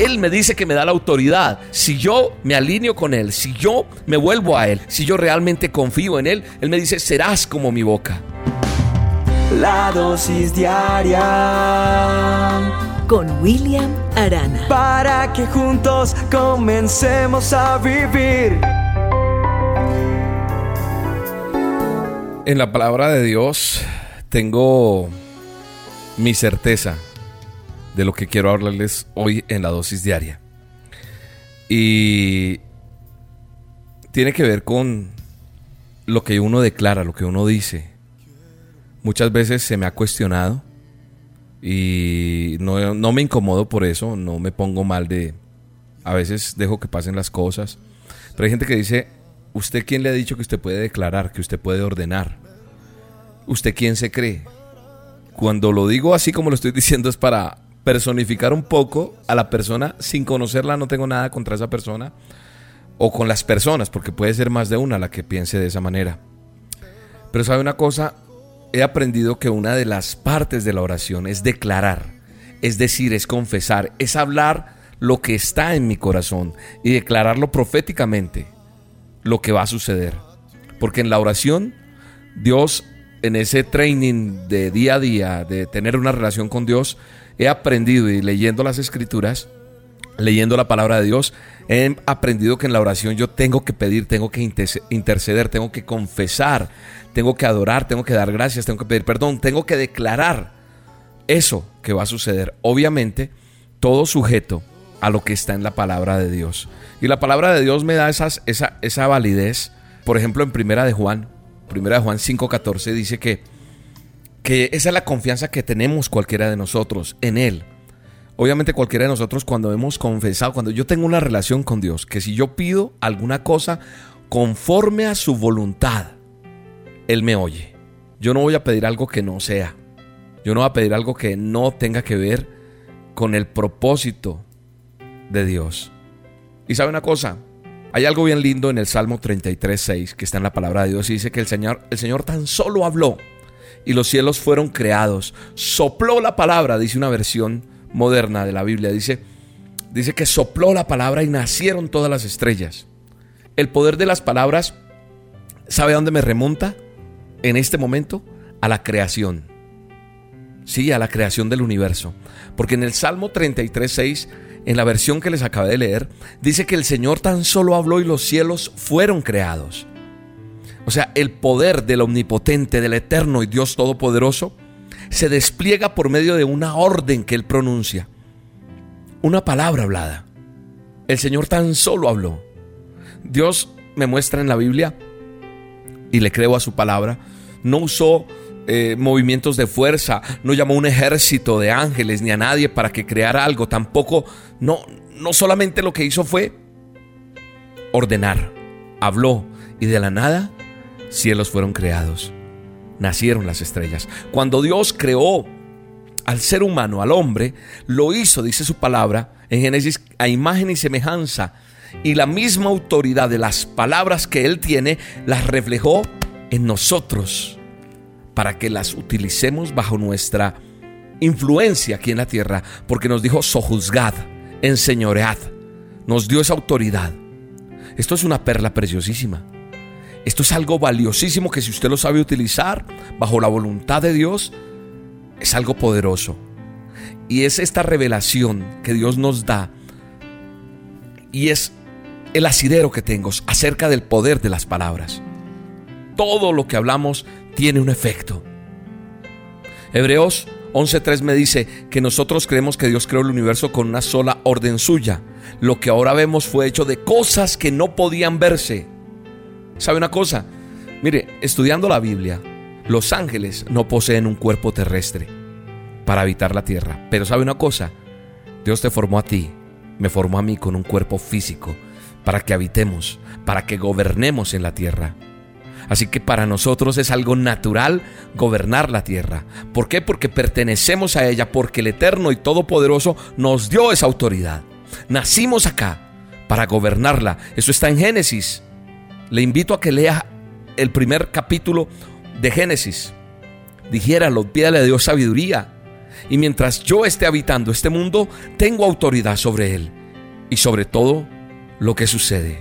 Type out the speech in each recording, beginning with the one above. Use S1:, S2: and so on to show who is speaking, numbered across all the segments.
S1: Él me dice que me da la autoridad. Si yo me alineo con Él, si yo me vuelvo a Él, si yo realmente confío en Él, Él me dice, serás como mi boca.
S2: La dosis diaria
S3: con William Arana,
S2: para que juntos comencemos a vivir.
S1: En la palabra de Dios tengo mi certeza de lo que quiero hablarles hoy en la dosis diaria. Y tiene que ver con lo que uno declara, lo que uno dice. Muchas veces se me ha cuestionado y no me incomodo por eso, no me pongo mal a veces dejo que pasen las cosas. Pero hay gente que dice, ¿usted quién le ha dicho que usted puede declarar, que usted puede ordenar? ¿Usted quién se cree? Cuando lo digo así como lo estoy diciendo es para personificar un poco a la persona. Sin conocerla no tengo nada contra esa persona o con las personas, porque puede ser más de una la que piense de esa manera. Pero ¿sabe una cosa? He aprendido que una de las partes de la oración es declarar, es decir, es confesar, es hablar lo que está en mi corazón y declararlo proféticamente, lo que va a suceder. Porque en la oración, Dios, en ese training de día a día, de tener una relación con Dios, he aprendido, y leyendo las Escrituras, leyendo la palabra de Dios, he aprendido que en la oración yo tengo que pedir, tengo que interceder, tengo que confesar, tengo que adorar, tengo que dar gracias, tengo que pedir perdón, tengo que declarar eso que va a suceder. Obviamente, todo sujeto a lo que está en la palabra de Dios. Y la palabra de Dios me da esa validez. Por ejemplo, en Primera de Juan 5:14 dice que esa es la confianza que tenemos cualquiera de nosotros en Él. Obviamente cualquiera de nosotros, cuando hemos confesado, cuando yo tengo una relación con Dios, que si yo pido alguna cosa conforme a su voluntad, Él me oye. Yo no voy a pedir algo que no sea. Yo no voy a pedir algo que no tenga que ver con el propósito de Dios. Y ¿sabe una cosa? Hay algo bien lindo en el Salmo 33:6 que está en la palabra de Dios y dice que el Señor tan solo habló y los cielos fueron creados. Sopló la palabra, dice una versión moderna de la Biblia. Dice que sopló la palabra y nacieron todas las estrellas. El poder de las palabras, ¿sabe a dónde me remonta? En este momento, a la creación. Sí, a la creación del universo. Porque en el Salmo 33:6, en la versión que les acabé de leer, dice que el Señor tan solo habló y los cielos fueron creados. O sea, el poder del omnipotente, del eterno y Dios todopoderoso se despliega por medio de una orden que Él pronuncia. Una palabra hablada. El Señor tan solo habló. Dios me muestra en la Biblia, y le creo a su palabra, no usó movimientos de fuerza, no llamó un ejército de ángeles ni a nadie para que creara algo. Tampoco, no solamente lo que hizo fue ordenar. Habló y de la nada cielos fueron creados. Nacieron las estrellas. Cuando Dios creó al ser humano, al hombre, lo hizo, dice su palabra en Génesis, a imagen y semejanza, y la misma autoridad de las palabras que Él tiene las reflejó en nosotros para que las utilicemos bajo nuestra influencia aquí en la tierra, porque nos dijo sojuzgad, enseñoread, nos dio esa autoridad. Esto es una perla preciosísima. Esto es algo valiosísimo que, si usted lo sabe utilizar bajo la voluntad de Dios, es algo poderoso. Y es esta revelación que Dios nos da, y es el asidero que tengo acerca del poder de las palabras. Todo lo que hablamos tiene un efecto. Hebreos 11:3 me dice que nosotros creemos que Dios creó el universo con una sola orden suya. Lo que ahora vemos fue hecho de cosas que no podían verse. ¿Sabe una cosa? Mire, estudiando la Biblia, los ángeles no poseen un cuerpo terrestre para habitar la tierra. Pero ¿sabe una cosa? Dios te formó a ti, me formó a mí con un cuerpo físico para que habitemos, para que gobernemos en la tierra. Así que para nosotros es algo natural gobernar la tierra. ¿Por qué? Porque pertenecemos a ella, porque el Eterno y Todopoderoso nos dio esa autoridad. Nacimos acá para gobernarla. Eso está en Génesis. Le invito a que lea el primer capítulo de Génesis. Dijéralo, pídale a Dios sabiduría. Y mientras yo esté habitando este mundo, tengo autoridad sobre él y sobre todo lo que sucede.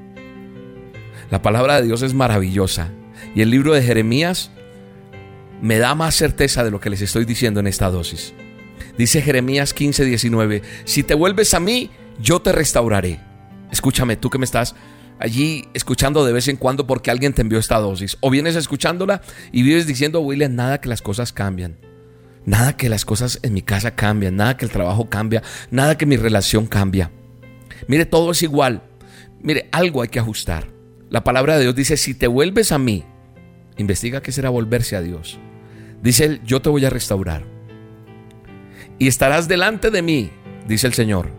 S1: La palabra de Dios es maravillosa y el libro de Jeremías me da más certeza de lo que les estoy diciendo en esta dosis. Dice Jeremías 15:19: si te vuelves a mí, yo te restauraré. Escúchame, tú que me estás allí escuchando de vez en cuando porque alguien te envió esta dosis, o vienes escuchándola y vives diciendo: William, nada que las cosas cambian, nada que las cosas en mi casa cambian, nada que el trabajo cambia, nada que mi relación cambia. Mire, todo es igual. Mire, algo hay que ajustar. La palabra de Dios dice: si te vuelves a mí, investiga qué será volverse a Dios. Dice él: yo te voy a restaurar y estarás delante de mí, dice el Señor.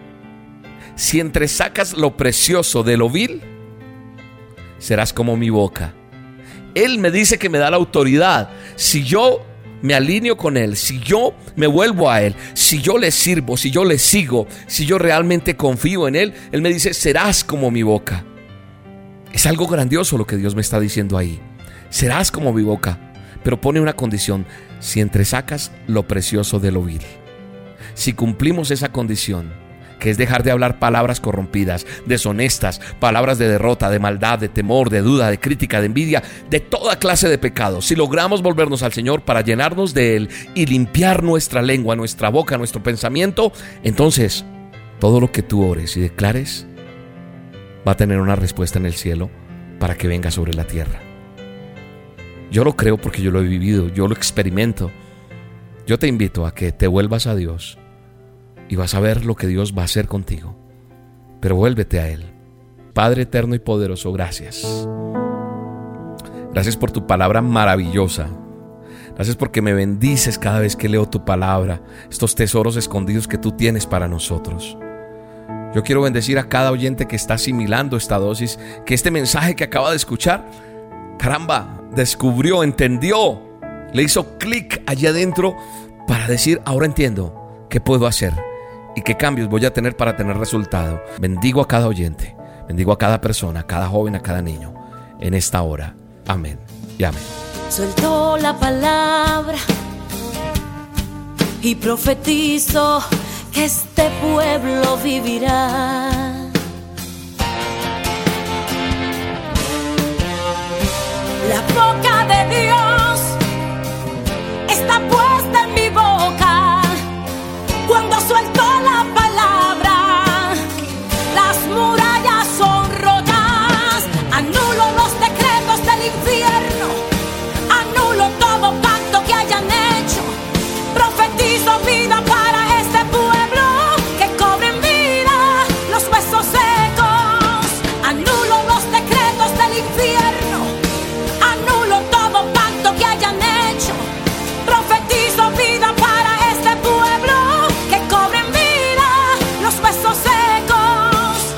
S1: Si entresacas lo precioso de lo vil, serás como mi boca. Él me dice que me da la autoridad. Si yo me alineo con él, si yo me vuelvo a él, si yo le sirvo, si yo le sigo, si yo realmente confío en él, él me dice: serás como mi boca. Es algo grandioso lo que Dios me está diciendo ahí. Serás como mi boca, pero pone una condición: si entresacas lo precioso de lo vil. Si cumplimos esa condición, que es dejar de hablar palabras corrompidas, deshonestas, palabras de derrota, de maldad, de temor, de duda, de crítica, de envidia, de toda clase de pecados. Si logramos volvernos al Señor para llenarnos de él y limpiar nuestra lengua, nuestra boca, nuestro pensamiento, entonces todo lo que tú ores y declares va a tener una respuesta en el cielo para que venga sobre la tierra. Yo lo creo porque yo lo he vivido, yo lo experimento. Yo te invito a que te vuelvas a Dios y vas a ver lo que Dios va a hacer contigo. Pero vuélvete a él. Padre eterno y poderoso, gracias. Gracias por tu palabra maravillosa. Gracias porque me bendices cada vez que leo tu palabra, estos tesoros escondidos que tú tienes para nosotros. Yo quiero bendecir a cada oyente que está asimilando esta dosis, que este mensaje que acaba de escuchar, caramba, descubrió, entendió, le hizo clic allí adentro para decir: ahora entiendo qué puedo hacer y qué cambios voy a tener para tener resultado. Bendigo a cada oyente, bendigo a cada persona, a cada joven, a cada niño en esta hora. Amén y amén.
S3: Suelto la palabra y profetizo que este pueblo vivirá. La boca de Dios está puesta en mi boca. Cuando suelto la palabra, las murallas son rotas. Anulo los decretos del infierno, anulo todo pacto que hayan hecho. Profetizo vida para este pueblo, que cobren vida los huesos secos. Anulo los decretos del infierno, anulo todo pacto que hayan hecho. Profetizo vida para este pueblo, que cobren vida los huesos secos.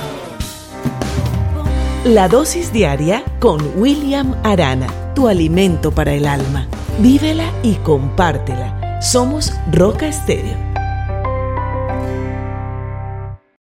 S4: La dosis diaria con William Arana, tu alimento para el alma. Vívela y compártela. Somos Roca Estéreo.